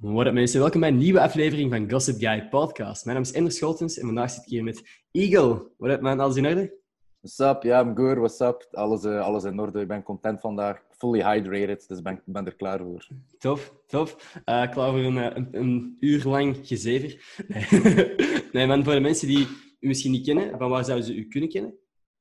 What up mensen, welkom bij een nieuwe aflevering van Gossip Guy Podcast. Mijn naam is Ender Scholtens en vandaag zit ik hier met Eagle. What up man, alles in orde? What's up? Ja, I'm good. What's up? Alles in orde. Ik ben content vandaag. Fully hydrated, dus ik ben er klaar voor. Tof. Klaar voor een uur lang gezever. Nee man, voor de mensen die u misschien niet kennen, van waar zouden ze u kunnen kennen?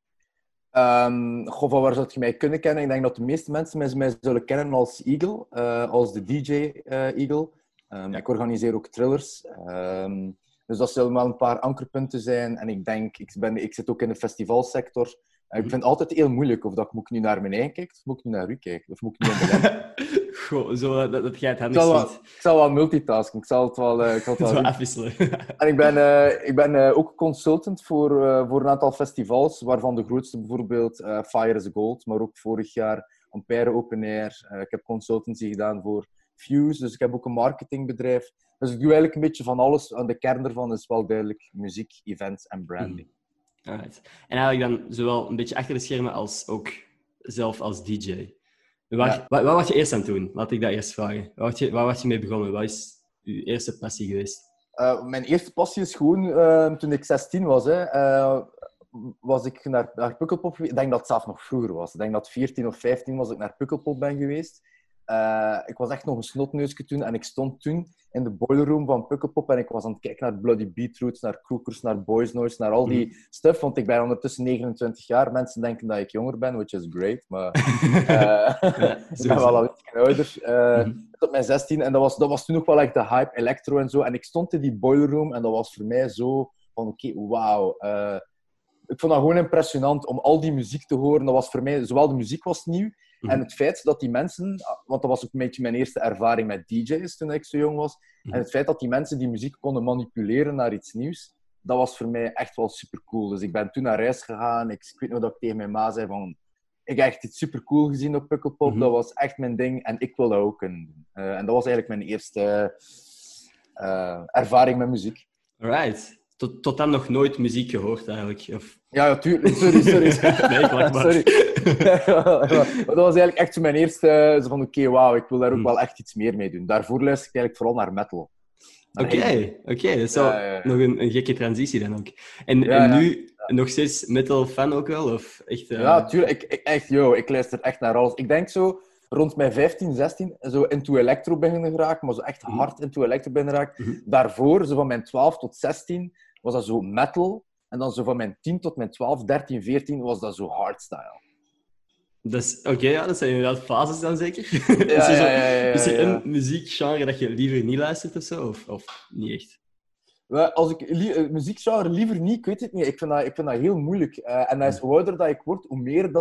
Van waar zou je mij kunnen kennen? Ik denk dat de meeste mensen mij zullen kennen als Eagle, als de DJ Eagle. Ik organiseer ook thrillers. Dus dat zullen wel een paar ankerpunten zijn. En ik denk, ik zit ook in de festivalsector. Ik vind het altijd heel moeilijk of moet ik nu naar mijn eigen kijken, of moet ik nu naar u kijken, of moet ik nu naar mijn Goh, zo dat jij het handig ziet. Ik zal wel multitasken. Ik zal het wel afwisselen. En ik ben ook consultant voor een aantal festivals, waarvan de grootste bijvoorbeeld Fire is Gold, maar ook vorig jaar Ampère Open Air. Ik heb consultancy gedaan voor Fuse, dus ik heb ook een marketingbedrijf. Dus ik doe eigenlijk een beetje van alles. En de kern ervan is wel duidelijk muziek, events en branding. Alright. En eigenlijk dan zowel een beetje achter de schermen als ook zelf als DJ. Wat was je eerst aan het doen? Laat ik dat eerst vragen. Waar was je mee begonnen? Wat is je eerste passie geweest? Mijn eerste passie is gewoon toen ik 16 was. Was ik naar Pukkelpop geweest. Ik denk dat het zelf nog vroeger was. Ik denk dat 14 of 15 was ik naar Pukkelpop ben geweest. Ik was echt nog een snotneusje toen en ik stond toen in de boiler room van Pukkelpop en ik was aan het kijken naar Bloody Beetroots, naar Kroekers, naar Boys Noise, naar al die stuff, want ik ben ondertussen 29 jaar. Mensen denken dat ik jonger ben, which is great, maar ik ben wel al iets ouder. Tot mijn 16 en dat was toen nog wel echt de hype, electro en zo. En ik stond in die boiler room en dat was voor mij zo van oké, wauw. Ik vond dat gewoon impressionant om al die muziek te horen. Dat was voor mij, zowel de muziek was nieuw, en het feit dat die mensen... Want dat was ook een beetje mijn eerste ervaring met DJ's toen ik zo jong was. En het feit dat die mensen die muziek konden manipuleren naar iets nieuws, dat was voor mij echt wel supercool. Dus ik ben toen naar reis gegaan. Ik weet nog dat ik tegen mijn ma zei van... Ik heb echt iets supercool gezien op Pukkelpop. Dat was echt mijn ding. En ik wil dat ook kunnen doen. En dat was eigenlijk mijn eerste ervaring met muziek. Alright. Tot dan nog nooit muziek gehoord, eigenlijk? Of... Ja, tuurlijk. Sorry. Nee, klak maar. Sorry. Dat was eigenlijk echt zo mijn eerste... Zo van, oké, wauw, ik wil daar ook wel echt iets meer mee doen. Daarvoor luister ik eigenlijk vooral naar metal. Oké. Dat is wel nog een gekke transitie dan ook. En nu nog steeds metal-fan ook wel? Of echt, Ja, tuurlijk. Ik luister echt naar alles. Ik denk zo... Rond mijn 15, 16, zo into electro beginnen geraakt, maar zo echt hard into electro beginnen geraakt. Daarvoor, zo van mijn 12 tot 16, was dat zo metal. En dan zo van mijn 10 tot mijn 12, 13, 14 was dat zo hardstyle. Dat zijn inderdaad fases dan zeker? Is er een muziekgenre dat je liever niet luistert of zo? Of niet echt? Als ik muziekgenre liever niet, ik weet het niet. Ik vind dat heel moeilijk. En hoe ouder dat ik word, hoe meer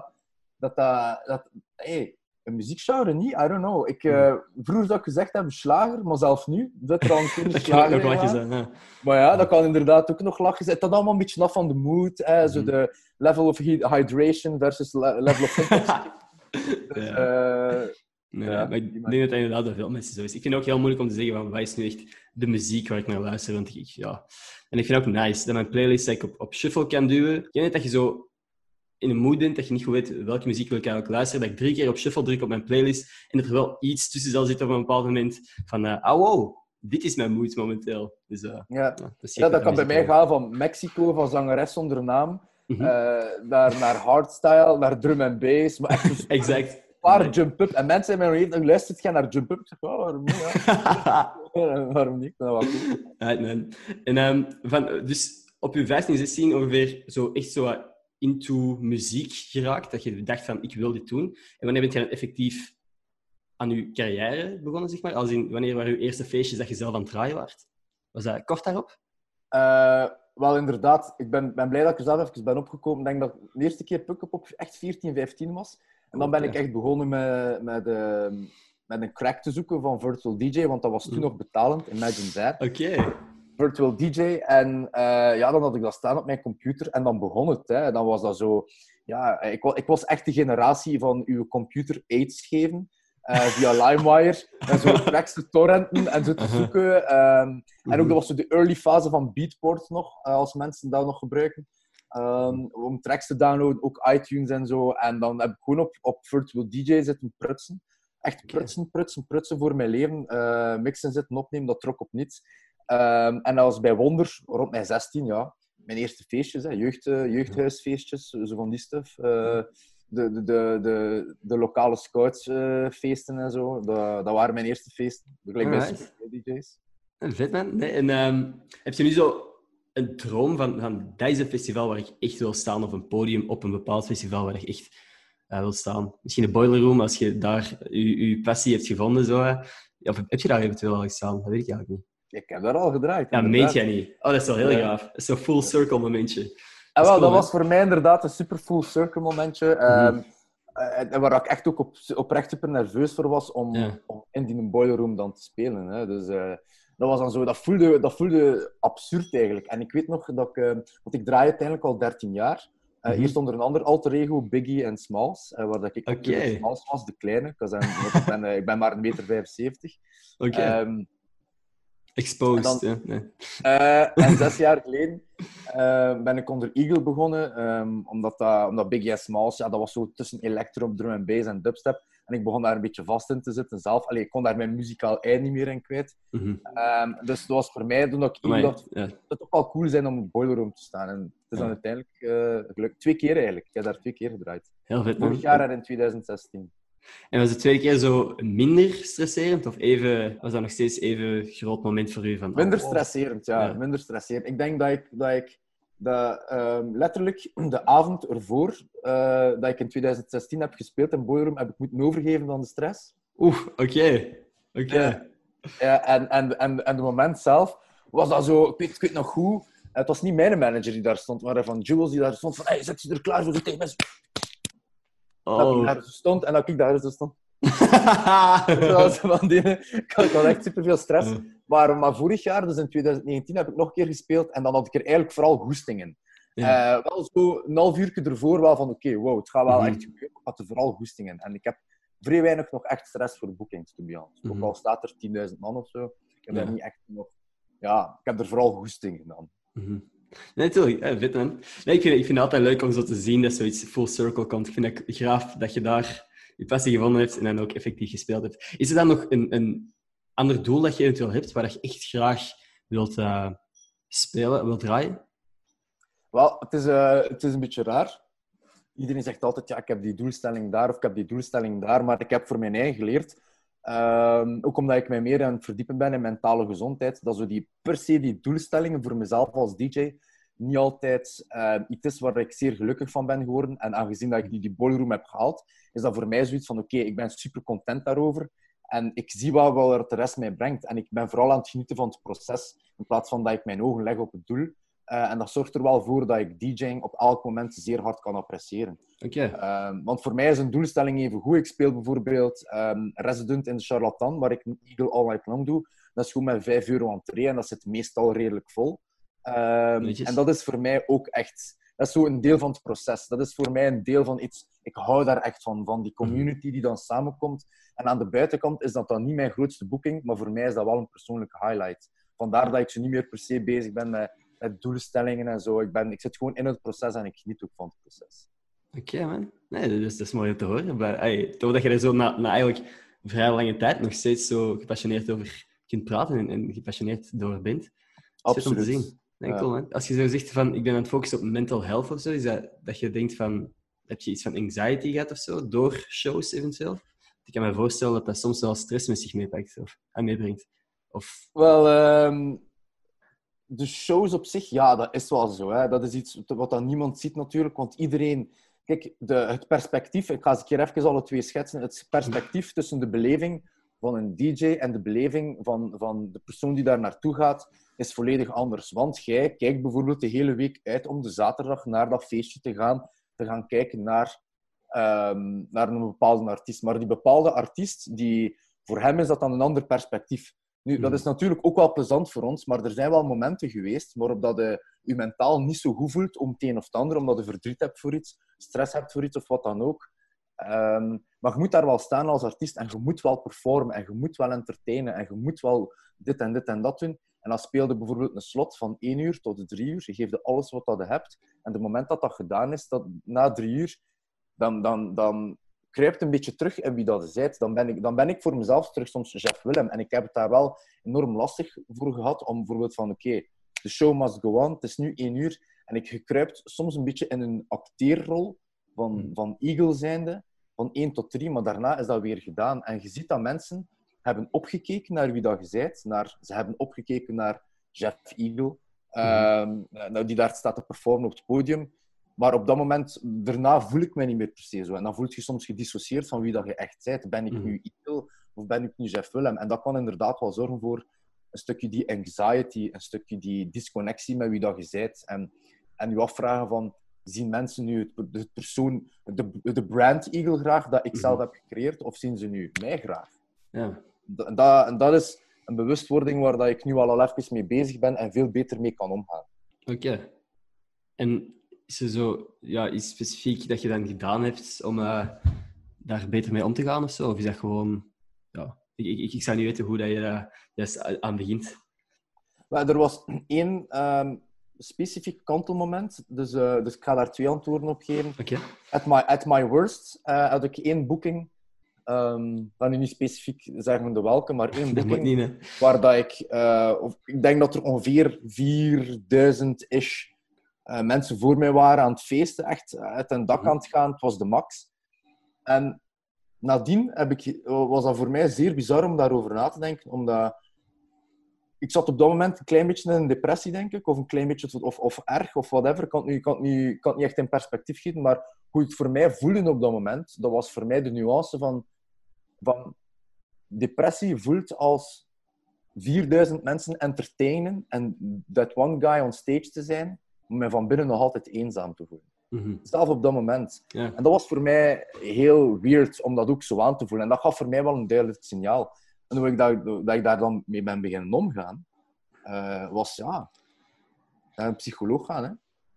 een muziekgenre niet? I don't know. Vroeger zou ik gezegd hebben slager, maar zelf nu zit er al een keer een slager in. Dat kan ook lachen zijn, ja. Maar ja, dat kan inderdaad ook nog lachen zijn. Het is allemaal een beetje af van de mood. Zo de level of hydration versus level of intensity. Dus, maar ik denk dat dat inderdaad bij veel mensen zo is. Ik vind het ook heel moeilijk om te zeggen van wat is nu echt de muziek waar ik naar luister. Want en ik vind het ook nice dat mijn playlist dat ik op shuffle kan duwen. Ik weet dat je zo in een mood bent, dat je niet goed weet welke muziek wil ik eigenlijk luisteren, dat ik 3 keer op shuffle druk op mijn playlist en er wel iets tussen zal zitten op een bepaald moment van wow, dit is mijn mood momenteel. Dus, dat kan bij mij gaan van Mexico, van zangeres zonder naam, naar hardstyle, naar drum en bass. Maar echt exact. Een paar jump-up. En mensen zijn mij nog even geluisterd gaan naar jump-up. Ik zeg, waarom niet? Waarom niet? Dat was cool. Right, man. En dus op je 15, 16 ongeveer echt zo into muziek geraakt, dat je dacht van, ik wil dit doen. En wanneer ben je dan effectief aan je carrière begonnen, zeg maar? Als in, wanneer waren je eerste feestjes dat je zelf aan het draaien was? Was dat kort daarop? Wel, inderdaad. Ik ben blij dat ik er zelf even ben opgekomen. Ik denk dat de eerste keer Pukkelpop echt 14, 15 was. En dan ben ik echt begonnen met een crack te zoeken van Virtual DJ, want dat was toen nog betalend, Imagine That. Oké. Virtual DJ. En dan had ik dat staan op mijn computer en dan begon het. En dan was dat zo... Ja, ik was echt de generatie van uw computer aids geven. Via LimeWire. En zo tracks te torrenten en zo te zoeken. En ook dat was zo de early fase van Beatport nog, als mensen dat nog gebruiken. Om tracks te downloaden, ook iTunes en zo. En dan heb ik gewoon op Virtual DJ zitten prutsen. Echt prutsen voor mijn leven. Mixen zitten, opnemen, dat trok op niets. En dat was bij Wonder, rond mijn 16, ja. Mijn eerste feestjes, hè, jeugdhuisfeestjes, zo van die stuff. De lokale scoutsfeesten en zo. Dat waren mijn eerste feesten. Gelijk bij Super DJ's. Vet, man. Nee, en heb je nu zo een droom van dat is een festival waar ik echt wil staan, of een podium op een bepaald festival waar ik echt wil staan? Misschien een Boiler Room, als je daar je passie hebt gevonden. Zo, of heb je daar eventueel al gestaan? Dat weet ik eigenlijk niet. Ik heb daar al gedraaid. Ja, meet jij niet? Oh, dat is wel heel gaaf. Dat is zo'n full circle momentje. Dat was voor mij inderdaad een super full circle momentje. Waar ik echt ook oprecht super nerveus voor was om in die Boiler Room dan te spelen. Hè. Dus dat was dan zo, dat voelde absurd eigenlijk. En ik weet nog dat want ik draai uiteindelijk al 13 jaar. Eerst onder een ander alter ego, Biggie en Smalls. Waar dat ik de Smalls was, de kleine. Ik ben maar 1,75 meter. Exposed, dan, nee. En 6 jaar geleden ben ik onder Eagle begonnen, omdat Biggie en Smalls, dat was zo tussen electro, drum and bass en dubstep. En ik begon daar een beetje vast in te zitten zelf. Ik kon daar mijn muzikaal ei niet meer in kwijt. Dus dat was voor mij, toen ik Eagle dacht, het zou toch wel cool zijn om op Boiler Room te staan. En het is dan uiteindelijk gelukt. 2 keer eigenlijk. Ik heb daar 2 keer gedraaid. Heel vet, Vorig jaar en in 2016. En was het 2 keer zo minder stresserend? Of was dat nog steeds even groot moment voor u? Minder stresserend, ja. Minder stresserend. Ik denk dat ik letterlijk de avond ervoor, dat ik in 2016 heb gespeeld in Boiler Room, heb ik moeten overgeven van de stress. Oké. En het moment zelf was dat zo... Ik weet nog goed... Het was niet mijn manager die daar stond, maar van Jules die daar stond van hey, zet je er klaar voor, zo tegen mensen. Dat ik daar zo stond en dat ik daar zo stond. Ik had echt superveel stress. Maar vorig jaar, dus in 2019, heb ik nog een keer gespeeld en dan had ik er eigenlijk vooral goesting in. Wel zo een half uur ervoor wel van wow, het gaat wel echt gebeuren. Ik had er vooral goesting in. En ik heb vrij weinig nog echt stress voor bookings, to be honest. Ook al staat er 10.000 man of zo. Ik heb daar niet echt nog... Ja, ik heb er vooral goesting in dan. Nee, natuurlijk. Vet, man. Nee, ik vind het altijd leuk om zo te zien dat zoiets full circle komt. Ik vind het gaaf dat je daar je passie gevonden hebt en dan ook effectief gespeeld hebt. Is er dan nog een ander doel dat je eventueel hebt, waar je echt graag wilt spelen, wilt draaien? Wel, het is een beetje raar. Iedereen zegt altijd, ja, ik heb die doelstelling daar of ik heb die doelstelling daar, maar ik heb voor mijn eigen geleerd, ook omdat ik mij meer aan het verdiepen ben in mentale gezondheid, dat zo per se die doelstellingen voor mezelf als DJ niet altijd iets is waar ik zeer gelukkig van ben geworden. En aangezien dat ik die Boiler Room heb gehaald, is dat voor mij zoiets van oké, ik ben super content daarover. En ik zie wel wat de rest mij brengt. En ik ben vooral aan het genieten van het proces, in plaats van dat ik mijn ogen leg op het doel. En dat zorgt er wel voor dat ik DJing op elk moment zeer hard kan appreciëren. Want voor mij is een doelstelling even goed. Ik speel bijvoorbeeld Resident in de Charlatan, waar ik Eagle All Night Long doe. Dat is gewoon met €5 entree en dat zit meestal redelijk vol. En dat is voor mij ook echt... Dat is zo een deel van het proces. Dat is voor mij een deel van iets... Ik hou daar echt van die community die dan samenkomt. En aan de buitenkant is dat dan niet mijn grootste boeking, maar voor mij is dat wel een persoonlijke highlight. Vandaar dat ik zo niet meer per se bezig ben met doelstellingen en zo. Ik zit gewoon in het proces en ik geniet ook van het proces. Oké, man. Nee, dat is mooi om te horen. Toch dat je er zo na eigenlijk vrij lange tijd nog steeds zo gepassioneerd over kunt praten en gepassioneerd door bent. Absoluut. Om te zien. Nee, cool, man. Als je zo zegt van, ik ben aan het focussen op mental health of zo, is dat je denkt van, heb je iets van anxiety gehad of zo, door shows eventueel? Ik kan me voorstellen dat dat soms wel stress met zich meepakt of meebrengt. Wel, de shows op zich, ja, dat is wel zo. Hè. Dat is iets wat dan niemand ziet natuurlijk, want iedereen... Kijk, het perspectief, ik ga eens een keer even alle twee schetsen, het perspectief tussen de beleving van een DJ en de beleving van de persoon die daar naartoe gaat, is volledig anders. Want jij kijkt bijvoorbeeld de hele week uit om de zaterdag naar dat feestje te gaan kijken naar een bepaalde artiest. Maar die bepaalde artiest, voor hem is dat dan een ander perspectief. Nu, dat is natuurlijk ook wel plezant voor ons, maar er zijn wel momenten geweest waarop dat je mentaal niet zo goed voelt om het een of het ander, omdat je verdriet hebt voor iets, stress hebt voor iets of wat dan ook. Maar je moet daar wel staan als artiest en je moet wel performen en je moet wel entertainen en je moet wel dit en dat doen. En dan speelde bijvoorbeeld een slot van 1 uur tot 3 uur. Je geeft alles wat je hebt. En het moment dat dat gedaan is, na 3 uur, dan kruipt een beetje terug in wie dat is. Dan ben ik voor mezelf terug soms Jeff Willem. En ik heb het daar wel enorm lastig voor gehad. Om bijvoorbeeld van, oké, the show must go on. Het is nu 1 uur. En ik gekruipt soms een beetje in een acteerrol van Eagle zijnde. Van 1 tot 3. Maar daarna is dat weer gedaan. En je ziet dat mensen hebben opgekeken naar wie dat je bent. Ze hebben opgekeken naar Jeff Eagle. Die daar staat te performen op het podium. Maar op dat moment, daarna voel ik me niet meer precies zo. En dan voel je soms gedissocieerd van wie dat je echt bent. Ben ik nu Eagle of ben ik nu Jeff Willem? En dat kan inderdaad wel zorgen voor een stukje die anxiety, een stukje die disconnectie met wie dat je bent. En je afvragen van, zien mensen nu het persoon, de brand Eagle graag dat ik zelf heb gecreëerd, of zien ze nu mij graag? Ja. En dat is een bewustwording waar dat ik nu al even mee bezig ben en veel beter mee kan omgaan. Oké. En is er zo iets specifiek dat je dan gedaan hebt om daar beter mee om te gaan of zo? Of is dat gewoon... Ja, ik zou niet weten hoe dat je daar aan begint. Maar er was 1 specifiek kantelmoment, dus ik ga daar 2 antwoorden op geven. Okay. At my worst had ik 1 boeking. Kan nu niet specifiek zeggen de welke, maar 1 boeking. Niet, waar dat ik denk dat er ongeveer 4000-ish mensen voor mij waren aan het feesten, echt uit een dak aan het gaan. Het was de max. En nadien was dat voor mij zeer bizar om daarover na te denken, omdat ik zat op dat moment een klein beetje in een depressie, denk ik, of een klein beetje of erg, of whatever. Ik kan het niet echt in perspectief geven, maar hoe ik het voor mij voelde op dat moment, dat was voor mij de nuance van depressie voelt als 4000 mensen entertainen en that one guy on stage te zijn, om mij van binnen nog altijd eenzaam te voelen. Zelf op dat moment. Ja. En dat was voor mij heel weird om dat ook zo aan te voelen. En dat gaf voor mij wel een duidelijk signaal. En hoe ik daar dan mee ben beginnen omgaan, was naar een psycholoog gaan. Hè.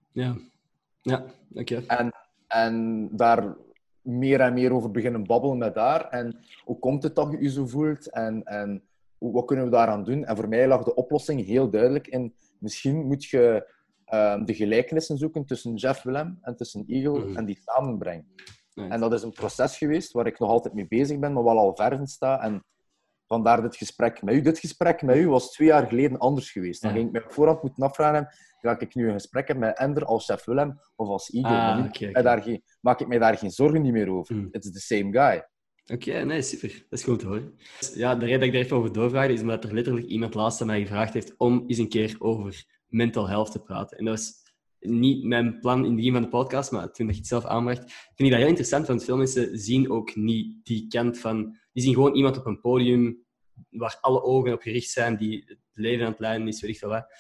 Ja, oké. En daar meer en meer over beginnen babbelen met haar. En hoe komt het dat je je zo voelt? En wat kunnen we daaraan doen? En voor mij lag de oplossing heel duidelijk in... Misschien moet je de gelijkenissen zoeken tussen Jeff Willem en tussen Eagle en die samenbrengen. Nice. En dat is een proces geweest waar ik nog altijd mee bezig ben, maar wel al ver in sta. En vandaar dit gesprek met u. Dit gesprek met u was 2 jaar geleden anders geweest. Dan ging ik me op voorhand moeten afvragen... Ga ik nu een gesprek hebben met Ender als Jeff Willem of als Eagle? Maak ik mij daar geen zorgen niet meer over. It's the same guy. Oké, nee, super. Dat is goed hoor. Ja, de reden dat ik daar even over doorvraagde is omdat er letterlijk iemand laatst aan mij gevraagd heeft om eens een keer over mental health te praten. En dat was niet mijn plan in het begin van de podcast, maar toen je het zelf aanbracht, vind ik dat heel interessant, want veel mensen zien ook niet die kant van... Die zien gewoon iemand op een podium waar alle ogen op gericht zijn, die het leven aan het leiden is, weet ik veel wat.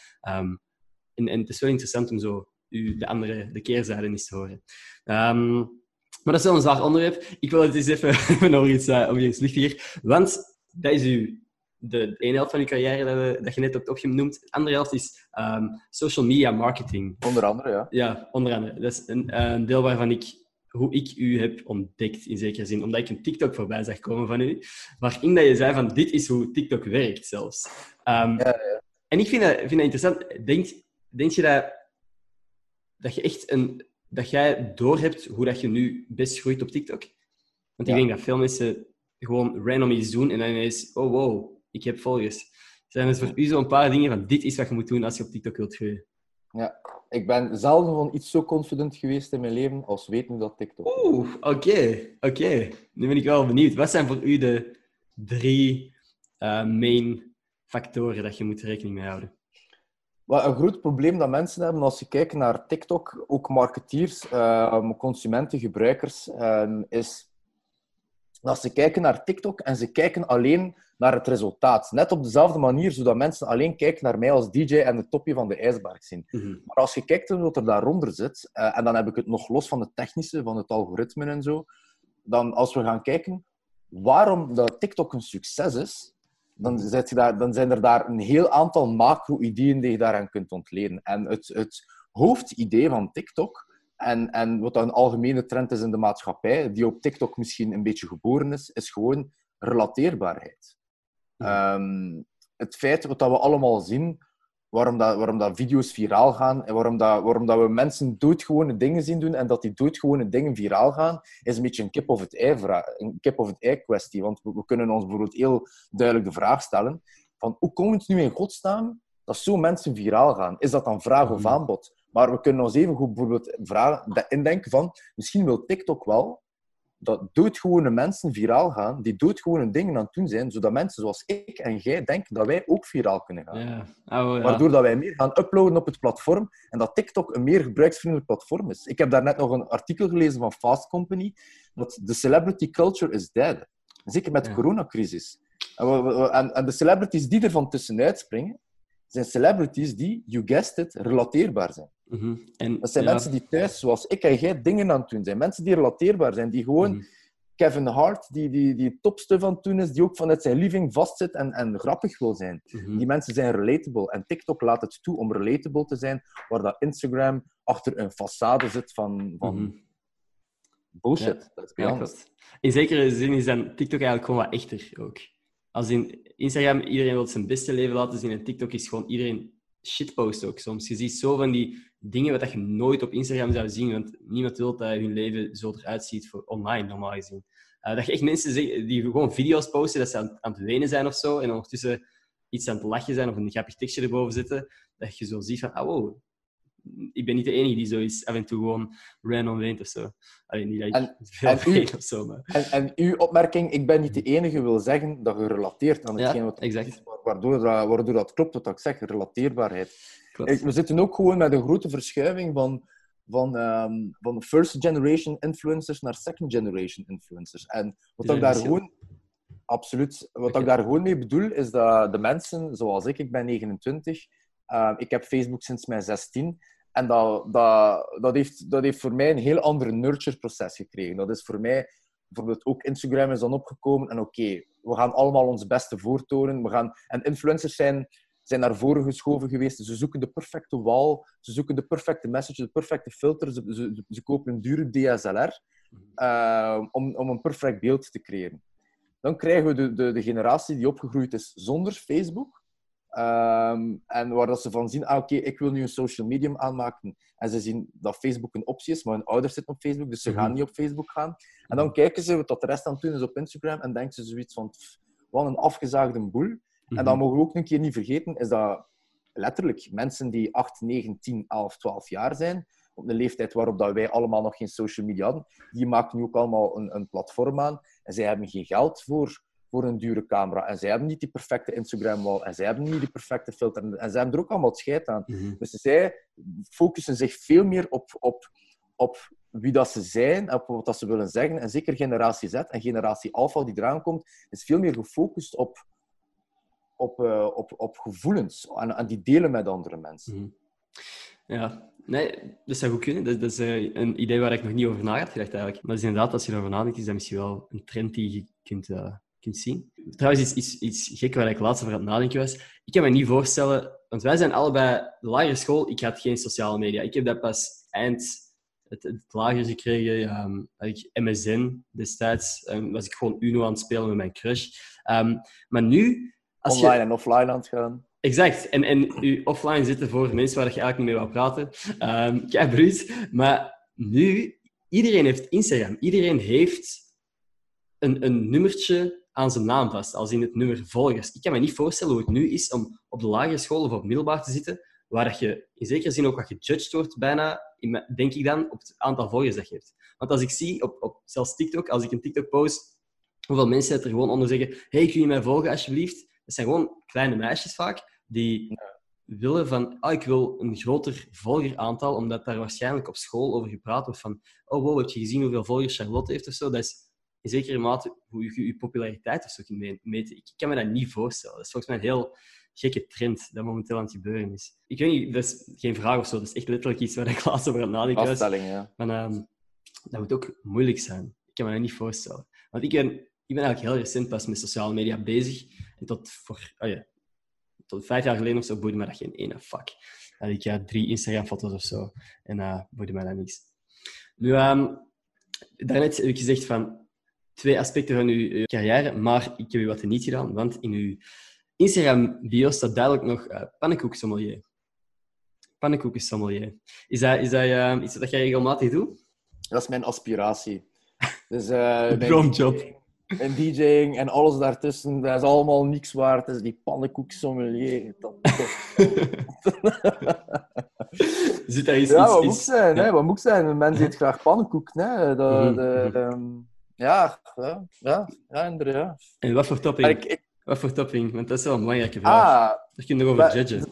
En het is wel interessant om zo de keerzijde eens te horen. Maar dat is wel een zwaar onderwerp. Ik wil het eens even over iets luchtiger. Want dat is de ene helft van je carrière dat je net hebt opgenoemd. De andere helft is social media marketing. Onder andere, ja. Ja, onder andere. Dat is een deel waarvan hoe ik u heb ontdekt, in zekere zin. Omdat ik een TikTok voorbij zag komen van u, waarin dat je zei van, dit is hoe TikTok werkt zelfs. Ja. En ik vind dat interessant. Denk je dat je echt dat jij doorhebt hoe dat je nu best groeit op TikTok? Want ik denk dat veel mensen gewoon random iets doen en dan ineens, oh wow, ik heb volgers. Zijn er voor u zo'n paar dingen van dit is wat je moet doen als je op TikTok wilt groeien? Ja, ik ben zelden van iets zo confident geweest in mijn leven als weten dat TikTok. Oké. Nu ben ik wel benieuwd. Wat zijn voor u de 3 main factoren dat je moet rekening mee houden? Wat een groot probleem dat mensen hebben als ze kijken naar TikTok, ook marketeers, consumenten, gebruikers, is dat ze kijken naar TikTok en ze kijken alleen naar het resultaat. Net op dezelfde manier, zodat mensen alleen kijken naar mij als DJ en het topje van de ijsberg zien. Maar als je kijkt naar wat er daaronder zit, en dan heb ik het nog los van het technische, van het algoritme en zo, dan als we gaan kijken waarom dat TikTok een succes is, dan zijn er daar een heel aantal macro-ideeën die je daaraan kunt ontleden. En het hoofdidee van TikTok, en wat een algemene trend is in de maatschappij, die op TikTok misschien een beetje geboren is gewoon relateerbaarheid. Het feit wat we allemaal zien, waarom dat video's viraal gaan en waarom dat we mensen doodgewone dingen zien doen en dat die doodgewone dingen viraal gaan, is een beetje een kip-of-het-ei kwestie. Want we kunnen ons bijvoorbeeld heel duidelijk de vraag stellen van hoe komt het nu in godsnaam dat zo mensen viraal gaan? Is dat dan vraag of aanbod? Maar we kunnen ons even goed bijvoorbeeld indenken van misschien wil TikTok wel dat doodgewone mensen viraal gaan, die doodgewone dingen aan het doen zijn, zodat mensen zoals ik en jij denken dat wij ook viraal kunnen gaan. Ja. Ja. Waardoor dat wij meer gaan uploaden op het platform en dat TikTok een meer gebruiksvriendelijk platform is. Ik heb daarnet nog een artikel gelezen van Fast Company, dat de celebrity culture is dead. Zeker met de coronacrisis. En de celebrities die ervan tussenuit springen, zijn celebrities die, you guessed it, relateerbaar zijn. Dat zijn mensen die thuis, zoals ik en jij, dingen aan het doen zijn. Mensen die relateerbaar zijn, die gewoon... Kevin Hart, die topstuff aan het doen is, die ook vanuit zijn living vastzit en grappig wil zijn. Die mensen zijn relatable. En TikTok laat het toe om relatable te zijn, waar dat Instagram achter een façade zit van bullshit. Let's be honest. In zekere zin is dan TikTok eigenlijk gewoon wat echter ook. Als in Instagram iedereen wil zijn beste leven laten zien en TikTok is gewoon iedereen shitpost ook soms. Je ziet zo van die dingen wat je nooit op Instagram zou zien, want niemand wil dat hun leven zo eruit ziet voor online, normaal gezien. Dat je echt mensen die gewoon video's posten, dat ze aan het wenen zijn of zo, en ondertussen iets aan het lachen zijn of een grappig tekstje erboven zitten, dat je zo ziet van, wow, ik ben niet de enige die zo is af en toe gewoon random weent of zo. Alleen niet dat ik veel weet of zo. Maar... En uw opmerking, ik ben niet de enige, wil zeggen dat je relateert aan hetgeen wat exact. Waardoor dat klopt wat ik zeg, relateerbaarheid. We zitten ook gewoon met een grote verschuiving van first generation influencers naar second generation influencers. En wat ik daar gewoon... Absoluut. Wat ik daar gewoon mee bedoel, is dat de mensen, zoals ik ben 29, ik heb Facebook sinds mijn 16, en dat heeft voor mij een heel andere nurture-proces gekregen. Dat is voor mij... Bijvoorbeeld ook Instagram is dan opgekomen en oké, we gaan allemaal ons beste voortonen. En influencers zijn naar voren geschoven geweest. Ze zoeken de perfecte wall, ze zoeken de perfecte message, de perfecte filter. Ze kopen een dure DSLR om een perfect beeld te creëren. Dan krijgen we de generatie die opgegroeid is zonder Facebook. En waar dat ze van zien, oké, ik wil nu een social medium aanmaken. En ze zien dat Facebook een optie is, maar hun ouders zitten op Facebook, dus ze gaan niet op Facebook gaan. En dan kijken ze wat de rest aan het doen is op Instagram en denken ze zoiets van, wat een afgezaagde boel. En dan mogen we ook een keer niet vergeten, is dat letterlijk mensen die 8, 9, 10, 11, 12 jaar zijn, op een leeftijd waarop dat wij allemaal nog geen social media hadden, die maken nu ook allemaal een platform aan. En zij hebben geen geld voor een dure camera. En zij hebben niet die perfecte Instagram-wall. En zij hebben niet die perfecte filter. En zij hebben er ook allemaal scheid aan. Dus zij focussen zich veel meer op wie dat ze zijn, op wat dat ze willen zeggen. En zeker generatie Z en generatie Alpha die eraan komt, is veel meer gefocust op gevoelens. En die delen met andere mensen. Ja, nee, dat zou goed kunnen. Dat is een idee waar ik nog niet over na had gedacht eigenlijk. Maar is inderdaad, als je erover nadenkt, is dat misschien wel een trend die je kunt zien. Trouwens, iets gek waar ik laatst over aan het nadenken was. Ik kan me niet voorstellen, want wij zijn allebei de lagere school. Ik had geen sociale media. Ik heb dat pas eind het lager gekregen. Had ik MSN destijds. Was ik gewoon Uno aan het spelen met mijn crush. Maar nu... Online en offline aan het gaan. Exact. En u offline zitten voor mensen waar je eigenlijk niet mee wou praten. Kijk, Bruce. Maar nu, iedereen heeft Instagram. Iedereen heeft een nummertje aan zijn naam vast, als in het nummer volgers. Ik kan me niet voorstellen hoe het nu is om op de lagere school of op middelbaar te zitten, waar dat je in zekere zin ook wat gejudged wordt, bijna, denk ik dan, op het aantal volgers dat je hebt. Want als ik zie, op zelfs TikTok, als ik een TikTok post, hoeveel mensen er gewoon onder zeggen, hey, kun je mij volgen alsjeblieft? Dat zijn gewoon kleine meisjes vaak, die willen van, ik wil een groter volgeraantal, omdat daar waarschijnlijk op school over gepraat wordt van, oh wow, heb je gezien hoeveel volgers Charlotte heeft of zo? Dat is in zekere mate hoe je populariteit of zo kunt meten. Ik kan me dat niet voorstellen. Dat is volgens mij een heel gekke trend dat momenteel aan het gebeuren is. Ik weet niet, dat is geen vraag of zo. Dat is echt letterlijk iets waar ik laatst over aan het nadenken was. Ja. Maar dat moet ook moeilijk zijn. Ik kan me dat niet voorstellen. Want ik ben eigenlijk heel recent pas met sociale media bezig. En tot 5 jaar geleden of zo boeide me dat geen ene fuck. Had ik 3 Instagram-foto's of zo. En boeide mij dat niks. Nu, daarnet heb ik gezegd van 2 aspecten van uw carrière, maar ik heb u wat niet gedaan, want in uw Instagram-bio staat duidelijk nog pannenkoeksommelier. Pannenkoekensommelier. Is dat iets dat jij regelmatig doet? Dat is mijn aspiratie. Dus Droomjob. Mijn DJing en alles daartussen, dat is allemaal niks waard. Dat is die pannenkoeksommelier. Zit daar iets... Ja, iets, wat iets moet zijn? ja. Hè? Wat moet zijn? Een mens eet graag pannenkoek. Hè? Ja, inderdaad. En wat voor topping? Maar Wat voor topping? Want dat is wel een belangrijke vraag. Daar kun je nog over judgen.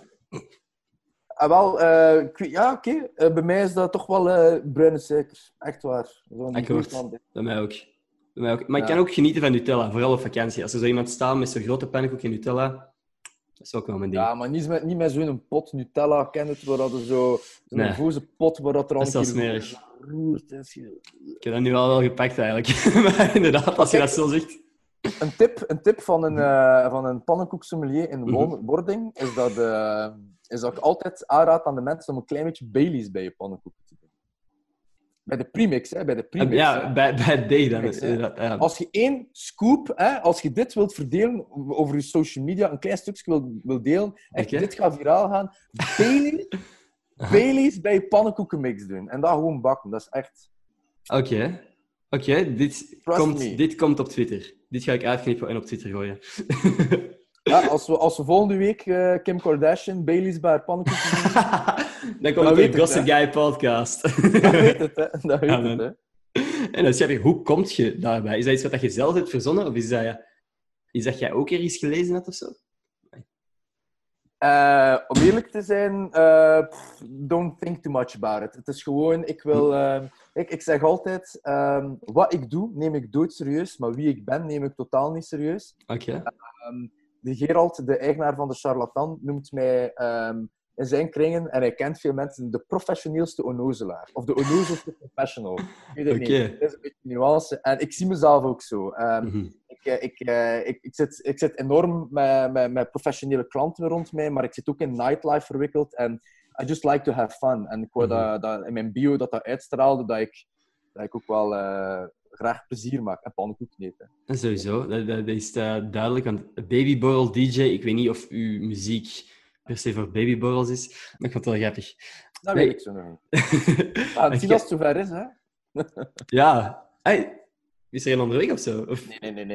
Oké. Bij mij is dat toch wel bruine suiker. Echt waar. Akkoord. Bij mij ook. Maar ik kan ook genieten van Nutella, vooral op vakantie. Als er zo iemand staat met zo'n grote pannenkoek en Nutella, dat is ook wel mijn ding. Ja, maar niet met zo'n pot Nutella, ken het, waar dat er zo'n nervoze pot waar dat er al dat is wel smerig. roert. Ik heb dat nu al wel gepakt, eigenlijk. Maar inderdaad, als je dat zo zegt... Een tip van een pannenkoeksommelier in wording is dat ik altijd aanraad aan de mensen om een klein beetje Baileys bij je pannenkoeken te doen. Bij de premix, hè. Ja, bij het deeg dan. Ja. Als je 1 scoop, hè, als je dit wilt verdelen over je social media, een klein stukje wil delen, echt, dit gaat viraal gaan. Baileys bij je pannenkoekenmix doen. En dat gewoon bakken. Dat is echt... Oké, dit komt op Twitter. Dit ga ik uitknippen en op Twitter gooien. Ja, als we volgende week Kim Kardashian Baileys bij haar pannenkoeken doen... Dan komt het de Gossip Guy podcast. Dat weet het, hè. Dat weet het, hè. En dan zeg je, hoe kom je daarbij? Is dat iets wat je zelf hebt verzonnen? Of is dat jij ook ergens gelezen hebt of zo? Om eerlijk te zijn, don't think too much about it. Het is gewoon, ik zeg altijd, wat ik doe, neem ik doodserieus, maar wie ik ben, neem ik totaal niet serieus. Oké. De Gerald, de eigenaar van de Charlatan, noemt mij in zijn kringen, en hij kent veel mensen, de professioneelste onnozelaar. Of de onnozelste professional. Ik weet het niet. Dat is een beetje nuance. En ik zie mezelf ook zo. Ik zit enorm met professionele klanten rond mij, maar ik zit ook in nightlife verwikkeld. En I just like to have fun. En ik wou dat in mijn bio dat uitstraalde, dat ik ook wel graag plezier maak en pannenkoeken eten. Sowieso, dat is duidelijk. Want Babyborrel DJ, ik weet niet of uw muziek per se voor babyborrels is, maar ik vond het wel grappig. Dat weet ik zo nog niet. Zie als het zover is, hè. Ja. Hey, is er een onderweg of zo? Of... Nee.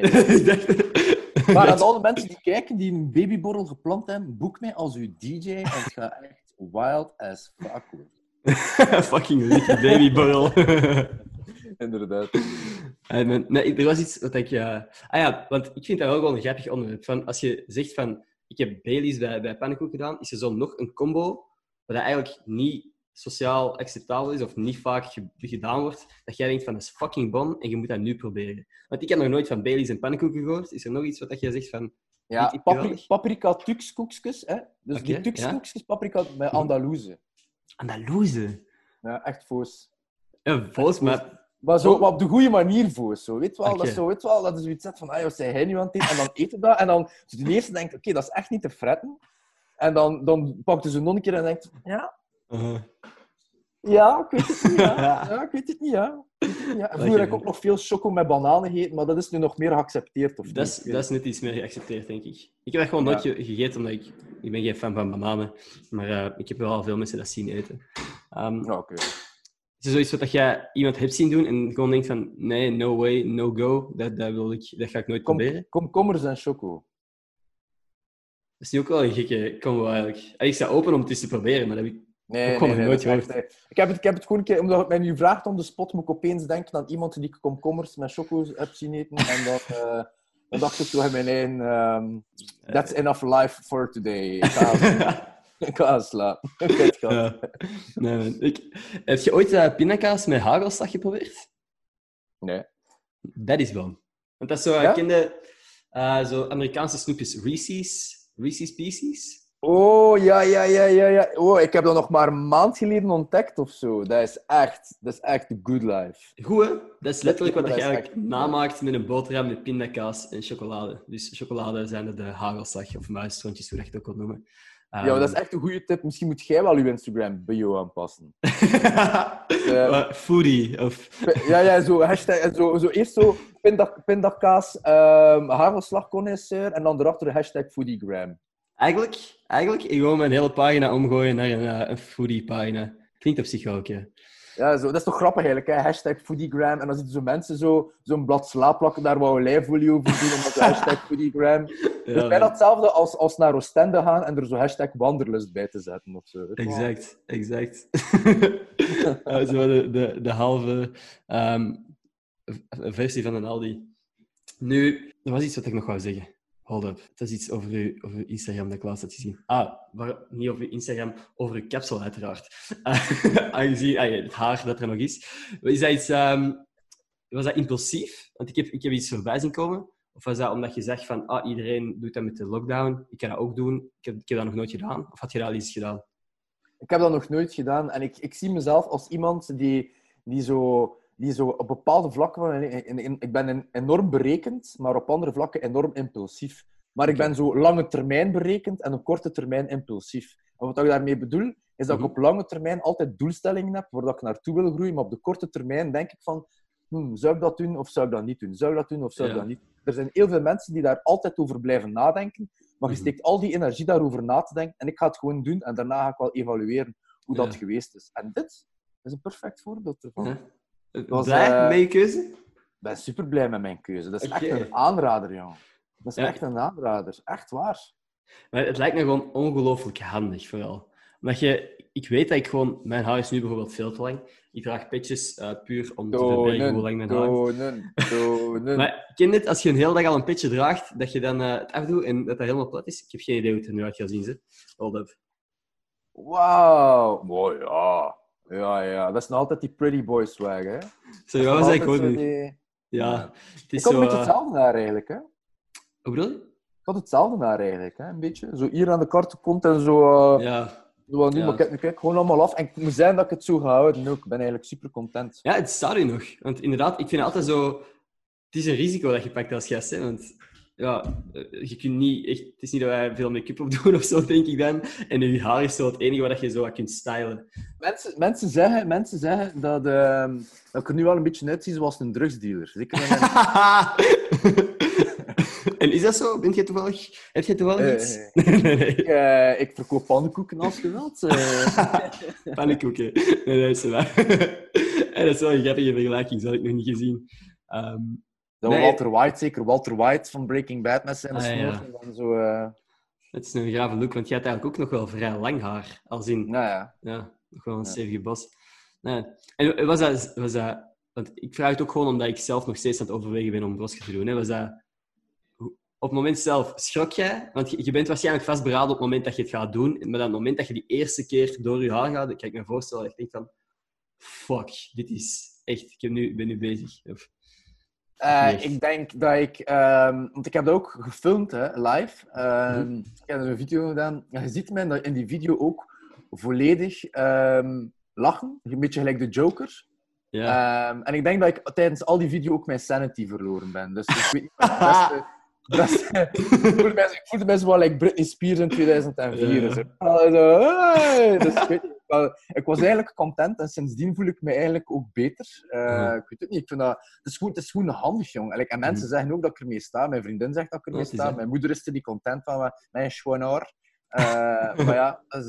Maar aan alle mensen die kijken, die een babyborrel geplant hebben, boek mij als uw DJ en het gaat echt wild as fuck worden. Fucking wicked babyborrel. Inderdaad. Nee, er was iets wat ik... want ik vind dat ook wel een grappig onderwerp. Van, als je zegt van, ik heb Baileys bij pannenkoek gedaan, is er zo nog een combo wat eigenlijk niet sociaal acceptabel is of niet vaak gedaan wordt, dat jij denkt van, dat is fucking bon en je moet dat nu proberen. Want ik heb nog nooit van Baileys en pannenkoeken gehoord. Is er nog iets wat jij zegt van... Ja, paprika tukskoekjes, hè. Dus die tukskoekjes, paprika met Andalouse. Andalouse? Ja, echt foos. Ja, foos, maar... Maar zo op de goede manier foos. Zo. Weet wel, dat is zoiets van, wat zei hij nu aan het eten? En dan eten dat. En dan de eerste denkt, oké, dat is echt niet te fretten. En dan pakt ze nog een keer en denkt, ja... Ja, ik weet het niet, ja. Ik weet het niet, ja. En vroeger heb ik ook nog veel choco met bananen gegeten, maar dat is nu nog meer geaccepteerd. Of dat is net iets meer geaccepteerd, denk ik. Ik heb dat gewoon nooit gegeten, omdat ik ben geen fan van bananen. Maar ik heb wel al veel mensen dat zien eten. Oké. Is er zoiets wat jij iemand hebt zien doen en gewoon denkt van, nee, no way, no go, dat ga ik nooit proberen? Komkommers en choco. Dat is nu ook wel een gekke combo, eigenlijk. Ik sta open om het eens te proberen, maar dat heb ik nooit gehoord. Ik heb het gewoon een keer, omdat het mij nu vraagt om de spot, moet ik opeens denken aan iemand die komkommers met choco heb zien eten. En dan dacht ik toen in mijn eigen, that's enough life for today. Ik ga slapen. Nee, man. Heb je ooit pindakaas met hagelslag geprobeerd? Nee. Dat is wel. Want dat is zo, ik kende zo Amerikaanse snoepjes, Reese's Pieces. Oh, ja. Oh, ik heb dat nog maar een maand geleden ontdekt of zo. Dat is echt the good life. Goed, hè? Dat is letterlijk wat je eigenlijk namaakt met een boterham met pindakaas en chocolade. Dus chocolade zijn de hagelslag of muisrondjes, hoe dat je het ook wilt noemen. Ja, dat is echt een goede tip. Misschien moet jij wel je Instagram-bio aanpassen. Foodie. Of... Ja, zo hashtag... Zo eerst zo pindakaas, hagelslagconnoisseur en dan erachter de hashtag foodiegram. Eigenlijk, ik wil mijn hele pagina omgooien naar een foodie-pagina. Klinkt op zich wel oké. Ja, zo. Dat is toch grappig eigenlijk, hè? Hashtag foodiegram. En dan zitten zo mensen zo'n blad sla plakken daar wat olijfolie over doen, omdat de hashtag foodiegram. Ja, dus bijna hetzelfde als naar Oostende gaan en er zo hashtag wanderlust bij te zetten of zo. Exact. Zo de halve versie van een Aldi. Nu, er was iets wat ik nog wou zeggen. Hold up. Het is iets over uw Instagram dat ik laatst had gezien. Niet over uw Instagram, over uw capsule uiteraard. Aangezien het haar dat er nog is. Is dat iets... was dat impulsief? Want ik heb iets voorbij zien komen. Of was dat omdat je zegt van... iedereen doet dat met de lockdown. Ik kan dat ook doen. Ik heb dat nog nooit gedaan. Of had je dat al eens gedaan? Ik heb dat nog nooit gedaan. En ik zie mezelf als iemand die zo op bepaalde vlakken... Ik ben enorm berekend, maar op andere vlakken enorm impulsief. Maar ik ben zo lange termijn berekend en op korte termijn impulsief. En wat ik daarmee bedoel, is dat ik op lange termijn altijd doelstellingen heb waar ik naartoe wil groeien. Maar op de korte termijn denk ik van... zou ik dat doen of zou ik dat niet doen? Zou ik dat doen of zou ik dat niet doen? Er zijn heel veel mensen die daar altijd over blijven nadenken. Maar je steekt al die energie daarover na te denken. En ik ga het gewoon doen. En daarna ga ik wel evalueren hoe dat geweest is. En dit is een perfect voorbeeld ervan. Blij met je keuze? Ik ben super blij met mijn keuze. Dat is echt een aanrader, jongen. Dat is echt een aanrader. Echt waar. Maar het lijkt me gewoon ongelooflijk handig, vooral. Omdat ik weet dat ik gewoon... Mijn haar is nu bijvoorbeeld veel te lang. Ik draag petjes puur om te verbergen hoe lang mijn haar is. Maar ken je het, als je een hele dag al een petje draagt, dat je dan het afdoet en dat helemaal plat is? Ik heb geen idee hoe het er nu uit gaat zien. Ze. Hold up. Wauw. Mooi, ja. Ja. Dat is nog altijd die pretty boy swag, hè? Sorry, wat was dat gewoon nu? Ja. Het is ik had een beetje hetzelfde naar, eigenlijk, hè? Hoe bedoel je? Ik had hetzelfde naar, eigenlijk, hè? Een beetje. Zo hier aan de kant komt en zo... Maar kijk gewoon allemaal af. En ik moet zeggen dat ik het zo ga houden ook. Ik ben eigenlijk super content. Ja, het staat er nog. Want inderdaad, ik vind het altijd zo... Het is een risico dat je pakt als gast, hè. Want je kunt niet echt... Het is niet dat wij veel make-up op doen of zo, denk ik dan. En je haar is zo het enige wat je zo wat kunt stylen. Mensen zeggen dat ik er nu wel een beetje uitzie zoals een drugsdealer. Zeker En is dat zo? Heb je toevallig iets? Nee. Ik verkoop pannenkoeken als je wilt. Pannenkoeken? Nee, dat is waar. Dat is wel een grappige vergelijking, dat had ik nog niet gezien. Walter White, zeker. Walter White van Breaking Bad met zijn snoer. En zo, Het is een grave look, want jij hebt eigenlijk ook nog wel vrij lang haar. Als in... Ja, nog wel een stevige bos. Nee. En was dat... Want ik vraag het ook gewoon omdat ik zelf nog steeds aan het overwegen ben om brosje te doen. Hè. Was dat... Op het moment zelf, schrok jij? Want je bent waarschijnlijk vastberaden op het moment dat je het gaat doen. Maar op het moment dat je die eerste keer door je haar gaat, kan ik me voorstellen dat je denkt van... Fuck, dit is echt... Ik ben nu bezig. Ik denk dat ik... want ik heb dat ook gefilmd, hè, live. Ik heb een video gedaan. Ja, je ziet mij in die video ook volledig lachen. Een beetje gelijk de Joker. Ja. En ik denk dat ik tijdens al die video ook mijn sanity verloren ben. Dus ik weet niet wat ik voelde mij zo wel like Britney Spears in 2004. Dus ik was eigenlijk content en sindsdien voel ik me eigenlijk ook beter. Ik weet het niet. Ik vind dat... Het is gewoon handig, jong. En mensen zeggen ook dat ik ermee sta. Mijn vriendin zegt dat ik ermee sta. Mijn moeder is er niet content van. Mijn schoon haar. Maar ja, dus,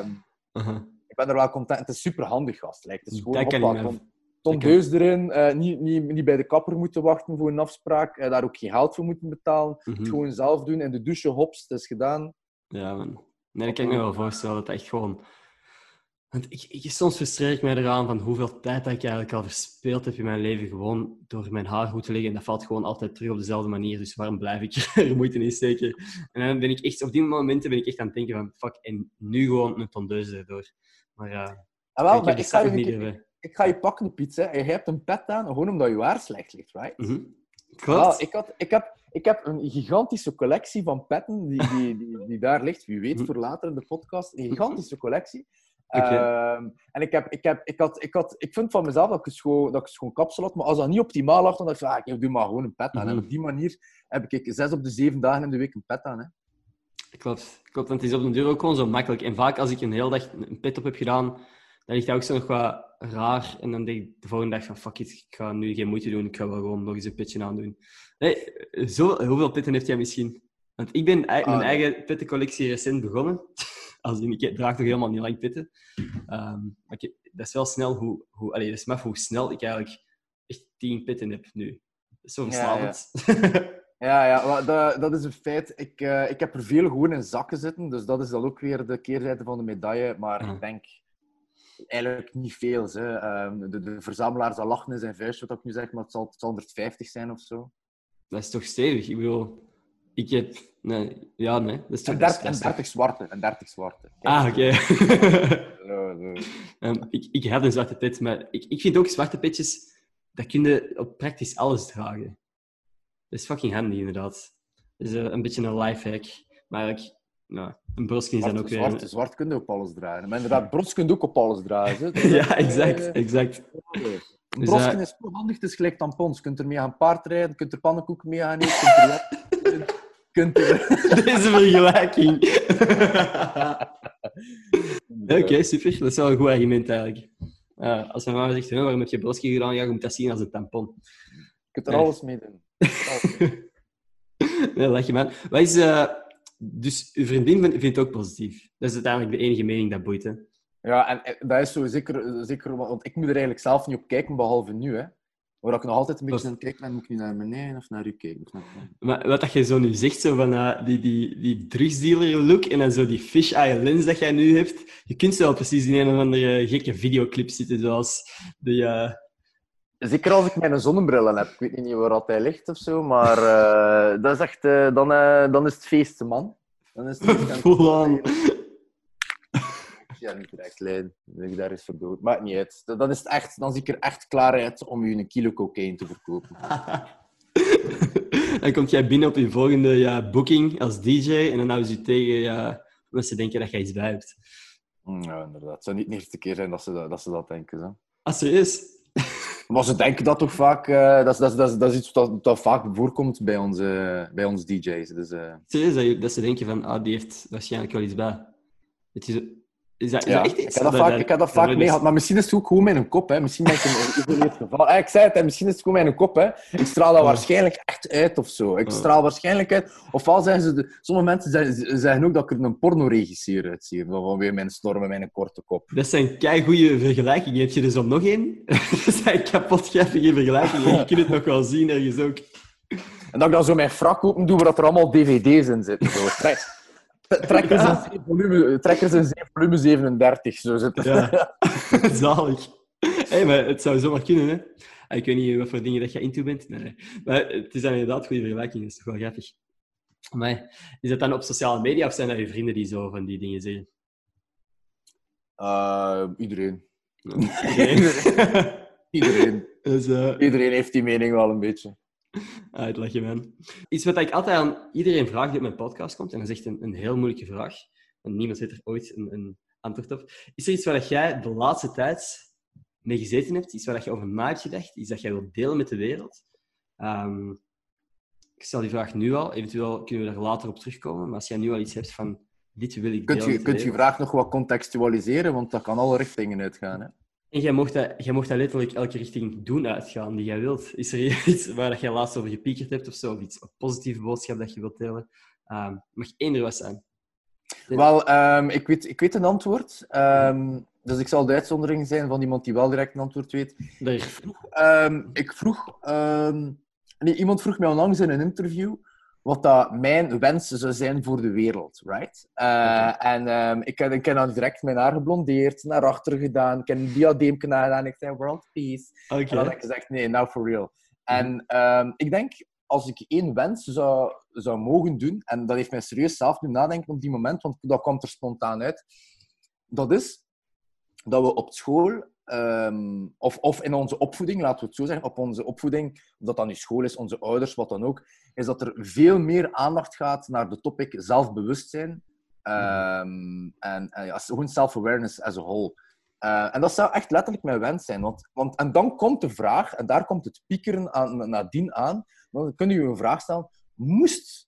ik ben er wel content. Het is super handig, gast. Het is gewoon tondeus erin, niet bij de kapper moeten wachten voor een afspraak, daar ook geen geld voor moeten betalen. Het gewoon zelf doen, in de douche, hops, het is gedaan. Ja, man. Nee, dat kan ik me wel voorstellen. Dat echt gewoon... Want soms frustreer ik mij eraan van hoeveel tijd dat ik eigenlijk al verspeeld heb in mijn leven gewoon door mijn haar goed te leggen. En dat valt gewoon altijd terug op dezelfde manier. Dus waarom blijf ik er moeite in steken? En dan ben ik echt... Op die momenten ben ik echt aan het denken van... Fuck, en nu gewoon een tondeuse erdoor. Maar ik ga je pakken, Piet. Hè. Je hebt een pet aan, gewoon omdat je haar slecht ligt, right? Klopt. Ik heb een gigantische collectie van petten die daar ligt. Wie weet, voor later in de podcast. Een gigantische collectie. En ik vind van mezelf dat ik schoon kapsel had, maar als dat niet optimaal lag, dan dacht ik doe maar gewoon een pet aan. En op die manier heb ik 6 op de 7 dagen in de week een pet aan. Hè. Klopt. Klopt, want het is op den duur ook gewoon zo makkelijk. En vaak als ik een hele dag een pit op heb gedaan, dan ligt dat ook zo nog wat raar. En dan denk ik de volgende dag van, fuck it, ik ga nu geen moeite doen. Ik ga wel gewoon nog eens een pitje aandoen. Hey, hoeveel pitten heeft jij misschien? Want ik ben mijn eigen pittencollectie recent begonnen. Ik draag toch helemaal niet lang pitten. Maar dat is wel snel dat is maf hoe snel ik eigenlijk echt 10 pitten heb nu. Dat is zo verslavend. Ja, dat is een feit. Ik heb er veel gewoon in zakken zitten, dus dat is dan ook weer de keerzijde van de medaille. Maar ik denk eigenlijk niet veel. De verzamelaar zal lachen in zijn vuist, wat ik nu zeg, maar het zal 150 zijn of zo. Dat is toch stevig? Ik bedoel, ik heb... Nee. Dat is toch... 30 zwarte. 30 zwarte. Oké. Ik had een zwarte pit, maar ik vind ook zwarte pitjes, dat kun je op praktisch alles dragen. Dat is fucking handy, inderdaad. Dat is een beetje een lifehack. Maar eigenlijk, een brosken is dan ook weer... Zwart kun je op alles dragen. Maar inderdaad, bros kun je ook op alles dragen. Ja, exact. Een brosken is zo handig, het is gelijk tampons. Je kunt ermee gaan paardrijden, je kunt er pannenkoeken mee gaan eten, Deze vergelijking. Oké, super. Dat is wel een goed argument, eigenlijk. Als mijn mama zegt, waarom heb je brosken gedaan? Ja, je moet dat zien als een tampon. Je kunt er alles mee doen. Nee, lach je, man. Wat is... Dus uw vriendin vindt het ook positief. Dat is uiteindelijk de enige mening dat boeit, hè? Ja, en dat is zo zeker... Want ik moet er eigenlijk zelf niet op kijken, behalve nu, hè. Waar ik nog altijd een beetje aan het kijken ben, moet ik nu naar beneden of naar u kijken? Maar wat dat je zo nu zegt, zo van die drugsdealer-look en dan zo die fish-eye lens dat jij nu hebt, je kunt zo precies in een of andere gekke videoclip zitten, zoals de... Zeker als ik mijn zonnebril aan heb. Ik weet niet waar dat hij ligt of zo, maar dat is echt... dan is het feest, man. Dan is het feest. Volaan. Ja, niet direct lijden. Ik daar is verdood. Maakt niet uit. Dan is het echt... Dan zie ik er echt klaar uit om u een kilo cocaïne te verkopen. Dan kom jij binnen op je volgende booking als DJ en dan houden ze je tegen omdat ze denken dat jij iets bij hebt. Ja, inderdaad. Het zou niet de eerste keer zijn dat ze dat denken. Zo. Serieus? Maar ze denken dat toch vaak... Dat is iets dat vaak voorkomt bij ons DJ's. Dus, Serieus, dat ze denken van, die heeft waarschijnlijk wel iets bij. Is dat echt iets? Ik heb dat vaak mee gehad, maar misschien is het ook gewoon mijn kop. Hè. Misschien ben ik een geïsoleerd geval. Ik zei het, hè, misschien is het gewoon mijn kop. Hè. Ik straal dat waarschijnlijk echt uit of zo. Ik straal waarschijnlijk uit. Ofwel zeggen ze... Sommige mensen zeggen ook dat ik er een pornoregisseur uitzie. Vanwege mijn snor met mijn korte kop. Dat zijn keigoeie vergelijkingen. Heb je er zo nog één? Dat zijn kapot grappige vergelijkingen. Je kunt het nog wel zien ergens ook. En dat ik dan zo mijn frak open doe, waar er allemaal dvd's in zitten. Zo. Trekkers in 7 volume 37. Zo zit het. Ja. Zalig. Hey, maar het zou zomaar kunnen, hè? Ik weet niet wat voor dingen dat je into bent. Nee. Maar het is dan inderdaad goede vergelijking. Dat is toch wel grappig. Maar is dat dan op sociale media of zijn dat je vrienden die zo van die dingen zeggen? Iedereen. Iedereen. Dus, iedereen heeft die mening wel een beetje. Het lach je, man. Iets wat ik altijd aan iedereen vraag die op mijn podcast komt, en dat is echt een heel moeilijke vraag, want niemand heeft er ooit een antwoord op. Is er iets waar jij de laatste tijd mee gezeten hebt? Iets waar je over na hebt gedacht? Iets dat jij wilt delen met de wereld? Ik stel die vraag nu al. Eventueel kunnen we daar later op terugkomen. Maar als jij nu al iets hebt van, dit wil ik delen. Kunt je vraag nog wat contextualiseren? Want dat kan alle richtingen uitgaan, hè? En jij mocht dat letterlijk elke richting doen uitgaan die jij wilt. Is er iets waar jij laatst over gepiekerd hebt of zo? Of iets, een positieve boodschap dat je wilt delen? Mag eender wat zijn. Wel, ik weet een antwoord. Dus ik zal de uitzondering zijn van iemand die wel direct een antwoord weet. Iemand vroeg mij onlangs in een interview wat dat mijn wens zou zijn voor de wereld, right? En ik heb dan direct mijn haar geblondeerd, naar achter gedaan, ik heb een diadeem gedaan en ik zei world peace. Okay. En dan heb ik gezegd, nee, now for real. En ik denk, als ik één wens zou mogen doen, en dat heeft mij serieus zelf nu nadenken op die moment, want dat kwam er spontaan uit, dat is dat we op school, of in onze opvoeding, laten we het zo zeggen, op onze opvoeding, of dat dan nu school is, onze ouders, wat dan ook, is dat er veel meer aandacht gaat naar de topic zelfbewustzijn en gewoon self-awareness as a whole. En dat zou echt letterlijk mijn wens zijn. En dan komt de vraag, en daar komt het piekeren nadien aan, dan kun je een vraag stellen, moest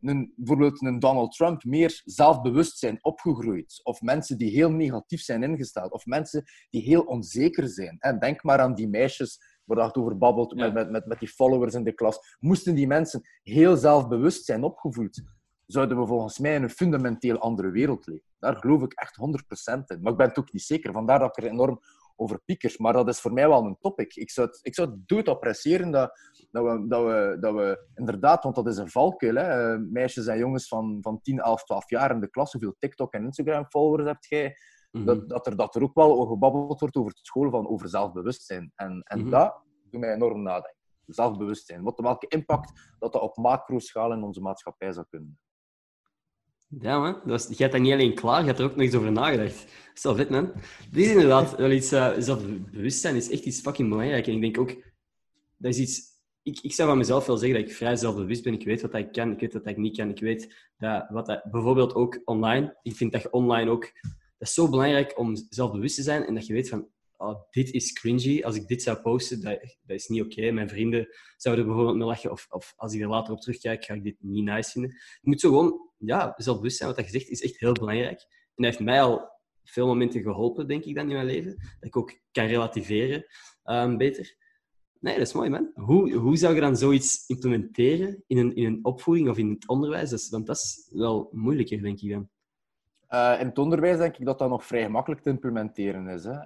bijvoorbeeld een Donald Trump meer zelfbewust zijn opgegroeid, of mensen die heel negatief zijn ingesteld, of mensen die heel onzeker zijn. En denk maar aan die meisjes waar je het over babbelt, met die followers in de klas. Moesten die mensen heel zelfbewust zijn opgevoed, zouden we volgens mij in een fundamenteel andere wereld leven. Daar geloof ik echt 100% in. Maar ik ben het ook niet zeker. Vandaar dat ik er enorm over pieker. Maar dat is voor mij wel een topic. Ik zou het dood appreciëren dat we inderdaad, want dat is een valkuil, hè, meisjes en jongens van 10, 11, 12 jaar in de klas, hoeveel TikTok en Instagram-followers hebt jij, dat er ook wel gebabbeld wordt over het school over zelfbewustzijn. En dat doet mij enorm nadenken. Zelfbewustzijn. Welke impact dat op macro-schaal in onze maatschappij zou kunnen. Ja, man. Je hebt dat niet alleen klaar, je hebt er ook nog eens over nagedacht. Dat is wel vet, man. Dit is inderdaad wel iets... zelfbewustzijn is echt iets fucking belangrijk. En ik denk ook... Dat is iets... Ik zou van mezelf wel zeggen dat ik vrij zelfbewust ben. Ik weet wat ik kan, ik weet wat ik niet kan. Ik weet dat bijvoorbeeld ook online... Ik vind dat je online ook... Dat is zo belangrijk om zelfbewust te zijn en dat je weet van... Oh, dit is cringy. Als ik dit zou posten, dat is niet oké. Mijn vrienden zouden er bijvoorbeeld mee lachen. Of als ik er later op terugkijk, ga ik dit niet nice vinden. Je moet zo gewoon... Ja, zelfbewust zijn, wat je zegt, is echt heel belangrijk. En dat heeft mij al veel momenten geholpen, denk ik, dan in mijn leven. Dat ik ook kan relativeren beter. Nee, dat is mooi, man. Hoe zou je dan zoiets implementeren in een opvoeding of in het onderwijs? Want dat is wel moeilijker, denk ik dan. In het onderwijs denk ik dat dat nog vrij gemakkelijk te implementeren is. Hè.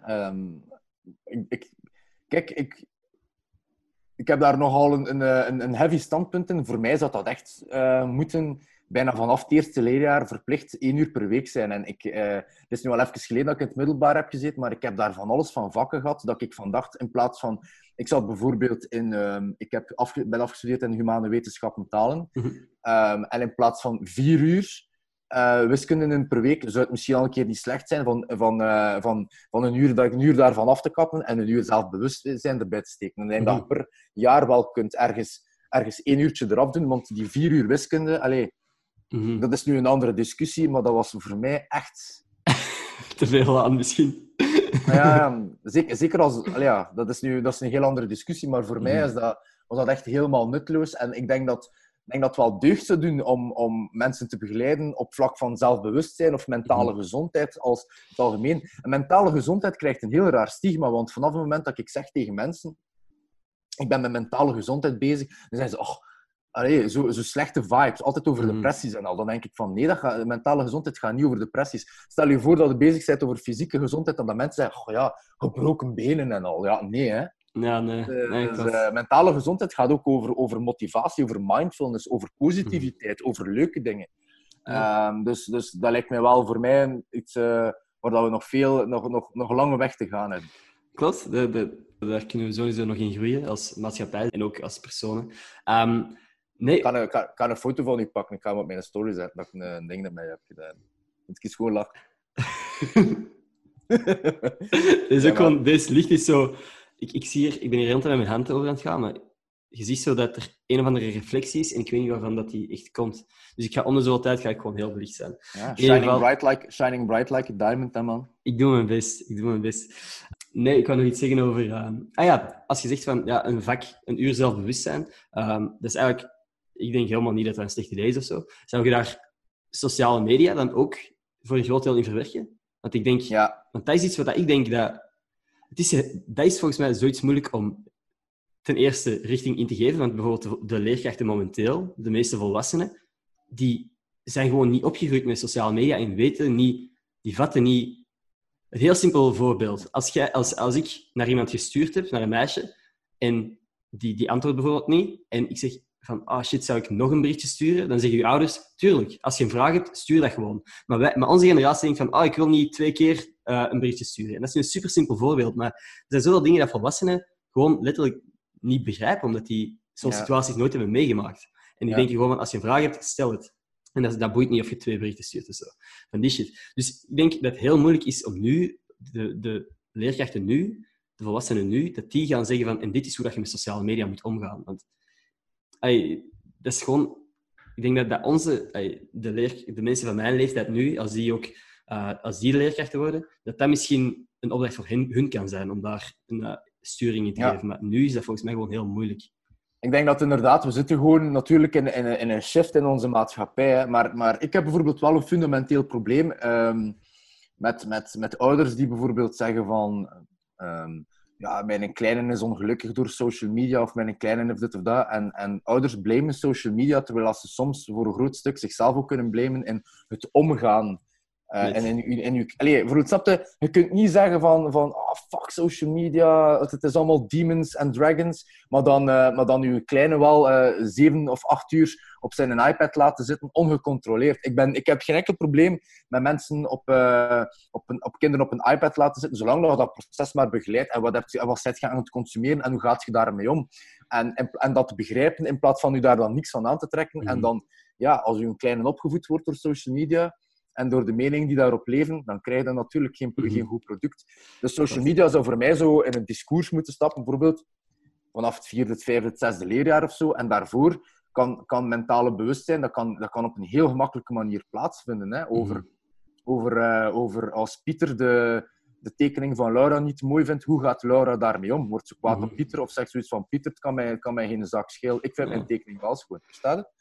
Ik heb daar nogal een heavy standpunt in. Voor mij zou dat echt moeten bijna vanaf het eerste leerjaar verplicht 1 uur per week zijn. En het is nu al even geleden dat ik in het middelbaar heb gezeten, maar ik heb daar van alles van vakken gehad dat ik van dacht, in plaats van... Ik zat bijvoorbeeld ben afgestudeerd in humane wetenschappen en talen. En in plaats van 4 uur wiskunde per week zou het misschien al een keer niet slecht zijn van een uur daarvan af te kappen en een uur zelfbewustzijn erbij te steken. En ik denk dat je per jaar wel kunt ergens 1 uurtje eraf doen, want die 4 uur wiskunde, dat is nu een andere discussie, maar dat was voor mij echt... Te veel aan, misschien. Ja, zeker als... dat is een heel andere discussie, maar voor mij was dat echt helemaal nutteloos. En ik denk dat het wel deugd zou doen om mensen te begeleiden op vlak van zelfbewustzijn of mentale gezondheid als het algemeen. En mentale gezondheid krijgt een heel raar stigma, want vanaf het moment dat ik zeg tegen mensen ik ben met mentale gezondheid bezig, dan zijn ze, zo slechte vibes, altijd over depressies en al. Dan denk ik van, nee, mentale gezondheid gaat niet over depressies. Stel je voor dat je bezig bent over fysieke gezondheid en dat mensen zeggen, gebroken benen en al. Ja, nee, hè. Ja, nee. Mentale gezondheid gaat ook over motivatie, over mindfulness, over positiviteit, over leuke dingen. Ja. Dus dat lijkt mij wel voor mij iets waar we nog lange weg te gaan hebben. Klopt, daar kunnen we sowieso nog in groeien als maatschappij en ook als personen. Nee. Ik kan een foto van u pakken, ik ga hem op mijn story zetten dat ik een ding met mij heb gedaan. Want ik is gewoon lachen. Deze licht is zo... Ik ben hier heel met mijn hand over aan het gaan, maar je ziet zo dat er een of andere reflectie is en ik weet niet waarvan dat die echt komt. Dus ik ga om de zoveel tijd gewoon heel belicht zijn. Ja, shining bright like a diamond, hè, man. Ik doe mijn best. Nee, ik wou nog iets zeggen over... als je zegt van een vak, een uur zelfbewustzijn, dat is eigenlijk... Ik denk helemaal niet dat dat een slecht idee is of zo. Zou je daar sociale media dan ook voor een groot deel in verwerken? Want ik denk... Ja. Want dat is iets wat ik denk dat... Dat is volgens mij zoiets moeilijk om ten eerste richting in te geven. Want bijvoorbeeld de leerkrachten momenteel, de meeste volwassenen, die zijn gewoon niet opgegroeid met sociale media en weten niet... Die vatten niet... Een heel simpel voorbeeld. Als ik naar iemand gestuurd heb, naar een meisje, en die antwoordt bijvoorbeeld niet, en ik zeg van, shit, zou ik nog een berichtje sturen? Dan zeggen je ouders, tuurlijk, als je een vraag hebt, stuur dat gewoon. Maar onze generatie denkt van, ik wil niet 2 keer een berichtje sturen. En dat is een super simpel voorbeeld, maar er zijn zoveel dingen dat volwassenen gewoon letterlijk niet begrijpen, omdat die zo'n situaties nooit hebben meegemaakt. En die denken gewoon van, als je een vraag hebt, stel het. En dat boeit niet of je 2 berichten stuurt of zo. Van die shit. Dus ik denk dat het heel moeilijk is om nu, de leerkrachten nu, de volwassenen nu, dat die gaan zeggen van, en dit is hoe dat je met sociale media moet omgaan. Want dat is gewoon... Ik denk dat de mensen van mijn leeftijd nu, als die de leerkrachten worden, dat misschien een opdracht voor hun kan zijn om daar een sturing in te geven. Maar nu is dat volgens mij gewoon heel moeilijk. Ik denk dat inderdaad, we zitten gewoon natuurlijk in een shift in onze maatschappij. Hè. Maar ik heb bijvoorbeeld wel een fundamenteel probleem met ouders die bijvoorbeeld zeggen van... ja, mijn kleine is ongelukkig door social media of mijn kleine heeft dit of dat. En ouders blamen social media, terwijl ze soms voor een groot stuk zichzelf ook kunnen blamen in het omgaan. En bijvoorbeeld, snap je kunt niet zeggen van fuck social media, het is allemaal demons en dragons, maar dan uw kleine wel 7 of 8 uur op zijn iPad laten zitten, ongecontroleerd. Ik heb geen enkel probleem met mensen op kinderen op een iPad laten zitten, zolang je dat proces maar begeleidt en wat zet je aan het consumeren en hoe gaat je daarmee om. En dat te begrijpen in plaats van u daar dan niks van aan te trekken. En dan, ja, als uw kleine opgevoed wordt door social media en door de meningen die daarop leven, dan krijg je dan natuurlijk geen goed product. Dus social media zou voor mij zo in een discours moeten stappen, bijvoorbeeld vanaf het 4e, het 5e, het 6e leerjaar of zo. En daarvoor kan mentale bewustzijn, dat kan op een heel gemakkelijke manier plaatsvinden. Hè? Over als Pieter de tekening van Laura niet mooi vindt, hoe gaat Laura daarmee om? Wordt ze kwaad op Pieter of zegt zoiets van Pieter, het kan mij geen zak schelen. Ik vind mijn tekening wel schoon. Verstaat het?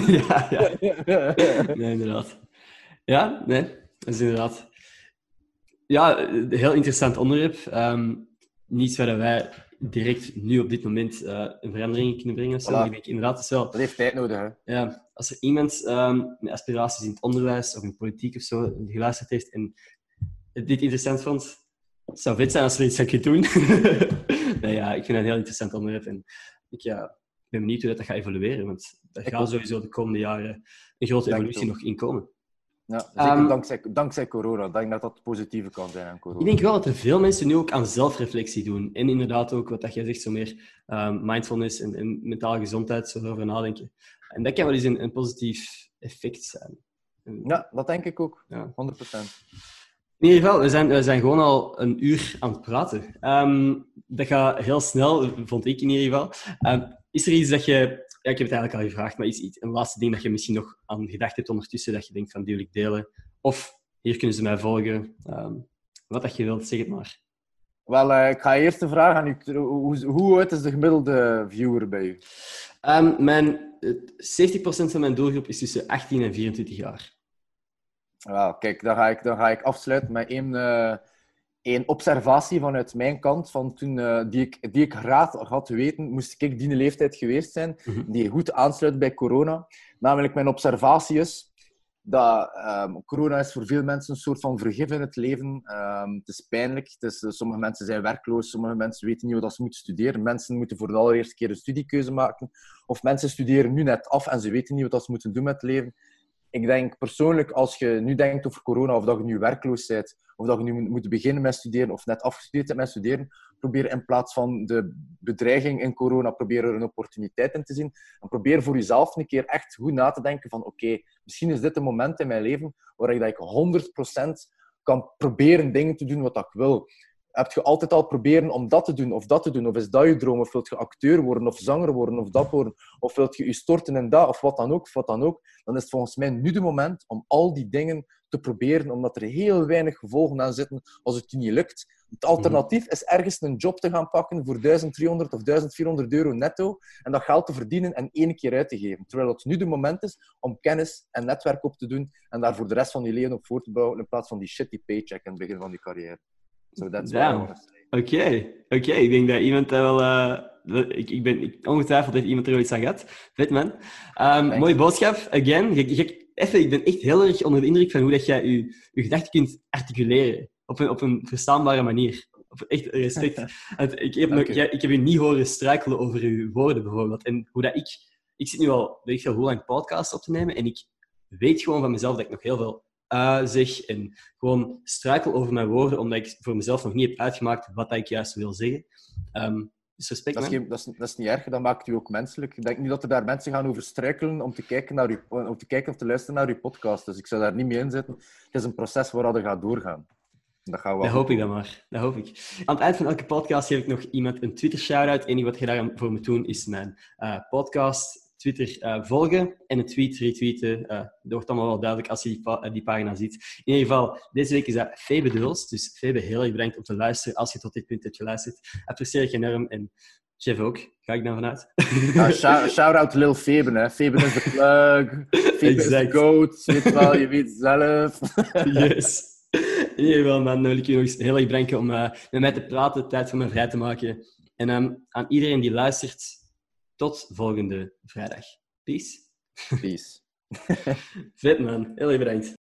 Ja. Nee, inderdaad. Ja, nee, dat is inderdaad... Ja, een heel interessant onderwerp. Niets waar wij direct nu op dit moment een verandering in kunnen brengen. Voilà. Ik denk inderdaad, is wel... Dat heeft tijd nodig, hè? Ja, als er iemand met aspiraties in het onderwijs of in politiek of zo geluisterd heeft en dit interessant vond, het zou vet zijn als er iets zou kunnen doen. Nee, ja, ik vind het een heel interessant onderwerp en ik ben benieuwd hoe dat gaat evolueren, want er gaat sowieso de komende jaren een grote evolutie nog inkomen. Ja, zeker dankzij corona. Ik denk dat dat het positieve kan zijn aan corona. Ik denk wel dat er veel mensen nu ook aan zelfreflectie doen. En inderdaad ook, wat dat jij zegt, zo meer mindfulness en mentale gezondheid, zo over nadenken. En dat kan wel eens een positief effect zijn. Ja, dat denk ik ook. Ja. 100%. In ieder geval, we zijn gewoon al een uur aan het praten. Dat gaat heel snel, vond ik in ieder geval. Is er iets dat je... Ja, ik heb het eigenlijk al gevraagd, maar is een laatste ding dat je misschien nog aan gedacht hebt ondertussen, dat je denkt van, die wil ik delen? Of, hier kunnen ze mij volgen. Wat dat je wilt, zeg het maar. Wel, ik ga eerst de vraag aan u. Hoe oud is de gemiddelde viewer bij u? 70% van mijn doelgroep is tussen 18 en 24 jaar. Wel, kijk, dan ga ik afsluiten met één observatie vanuit mijn kant. Van toen, die ik graag had weten, moest ik die leeftijd geweest zijn, die goed aansluit bij corona. Namelijk, mijn observatie is dat corona is voor veel mensen een soort van vergif in het leven. Het is pijnlijk. Sommige mensen zijn werkloos, sommige mensen weten niet wat ze moeten studeren. Mensen moeten voor de allereerste keer een studiekeuze maken. Of mensen studeren nu net af en ze weten niet wat ze moeten doen met het leven. Ik denk persoonlijk, als je nu denkt over corona, of dat je nu werkloos bent, of dat je nu moet beginnen met studeren, of net afgestudeerd bent met studeren, probeer in plaats van de bedreiging in corona, probeer er een opportuniteit in te zien. En probeer voor jezelf een keer echt goed na te denken van oké, misschien is dit een moment in mijn leven waar ik 100% kan proberen dingen te doen wat ik wil. Heb je altijd al proberen om dat te doen, of dat te doen? Of is dat je droom? Of wilt je acteur worden, of zanger worden, of dat worden? Of wilt je storten in dat, of wat dan ook? Dan is het volgens mij nu de moment om al die dingen te proberen, omdat er heel weinig gevolgen aan zitten als het je niet lukt. Het alternatief is ergens een job te gaan pakken voor 1300 of 1400 euro netto en dat geld te verdienen en 1 keer uit te geven. Terwijl het nu de moment is om kennis en netwerk op te doen en daar voor de rest van je leven op voor te bouwen, in plaats van die shitty paycheck in het begin van je carrière. So that's what I want to say. Oké. Ik denk dat iemand wel... ongetwijfeld heeft iemand er wel iets aan gehad. Vet, man. Mooie boodschap, again. Ik ben echt heel erg onder de indruk van hoe dat jij je gedachten kunt articuleren. Op een verstaanbare manier. Echt respect. Ik heb je niet horen struikelen over je woorden, bijvoorbeeld. En hoe dat ik zit nu al, weet ik veel, hoe lang podcasts op te nemen en ik weet gewoon van mezelf dat ik nog heel veel zeg en gewoon struikel over mijn woorden, omdat ik voor mezelf nog niet heb uitgemaakt wat ik juist wil zeggen. Dus respect, man. Dat is niet erg, dat maakt u ook menselijk. Ik denk niet dat er daar mensen gaan over struikelen om te kijken of te luisteren naar uw podcast. Dus ik zou daar niet mee inzetten. Het is een proces waar dat gaat doorgaan. Dat hoop ik dan maar. Dat hoop ik. Aan het eind van elke podcast geef ik nog iemand een Twitter-shout-out. Het enige wat je daarvoor moet doen is mijn podcast Twitter volgen en een tweet retweeten. Dat wordt allemaal wel duidelijk als je die pagina ziet. In ieder geval, deze week is dat Febe de Hulst. Dus Febe, heel erg bedankt om te luisteren. Als je tot dit punt hebt geluisterd, apprecieer ik enorm. En Chef ook, ga ik dan vanuit. Shout-out Lil Feben, hè. Feben is de plug. Feben is de goat. Weet wel, je weet zelf. Yes. In ieder geval, man, dan wil ik je nog eens heel erg bedanken om met mij te praten, tijd voor mij vrij te maken. En aan iedereen die luistert, tot volgende vrijdag. Peace. Peace. Vet, man. Heel erg bedankt.